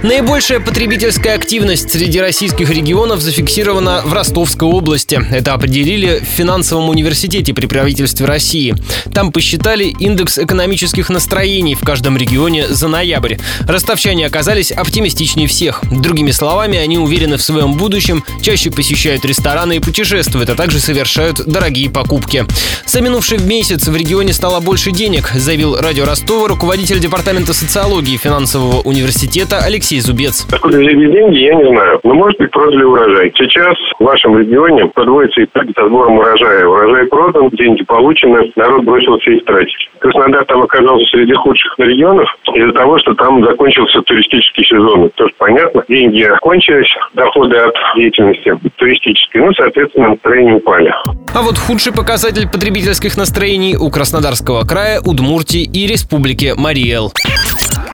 Наибольшая потребительская активность среди российских регионов зафиксирована в Ростовской области. Это определили в финансовом университете при правительстве России. Там посчитали индекс экономических настроений в каждом регионе за ноябрь. Ростовчане оказались оптимистичнее всех. Другими словами, они уверены в своем будущем, чаще посещают рестораны и путешествуют, а также совершают дорогие покупки. За минувший месяц в регионе стало больше денег, заявил радио Ростова руководитель департамента социологии финансового университета Алексей Зубец. Откуда взялись деньги, я не знаю. Но, может быть, продали урожай. Сейчас в вашем регионе подводятся итоги со сбором урожая. Урожай продан, деньги получены, народ бросился их тратить. Краснодар там оказался среди худших регионов из-за того, что там закончился туристический сезон. Это тоже понятно. Деньги кончились, доходы от деятельности туристической. Соответственно, настроения упали. А вот худший показатель потребительских настроений у Краснодарского края, Удмуртии и Республики Марий Эл.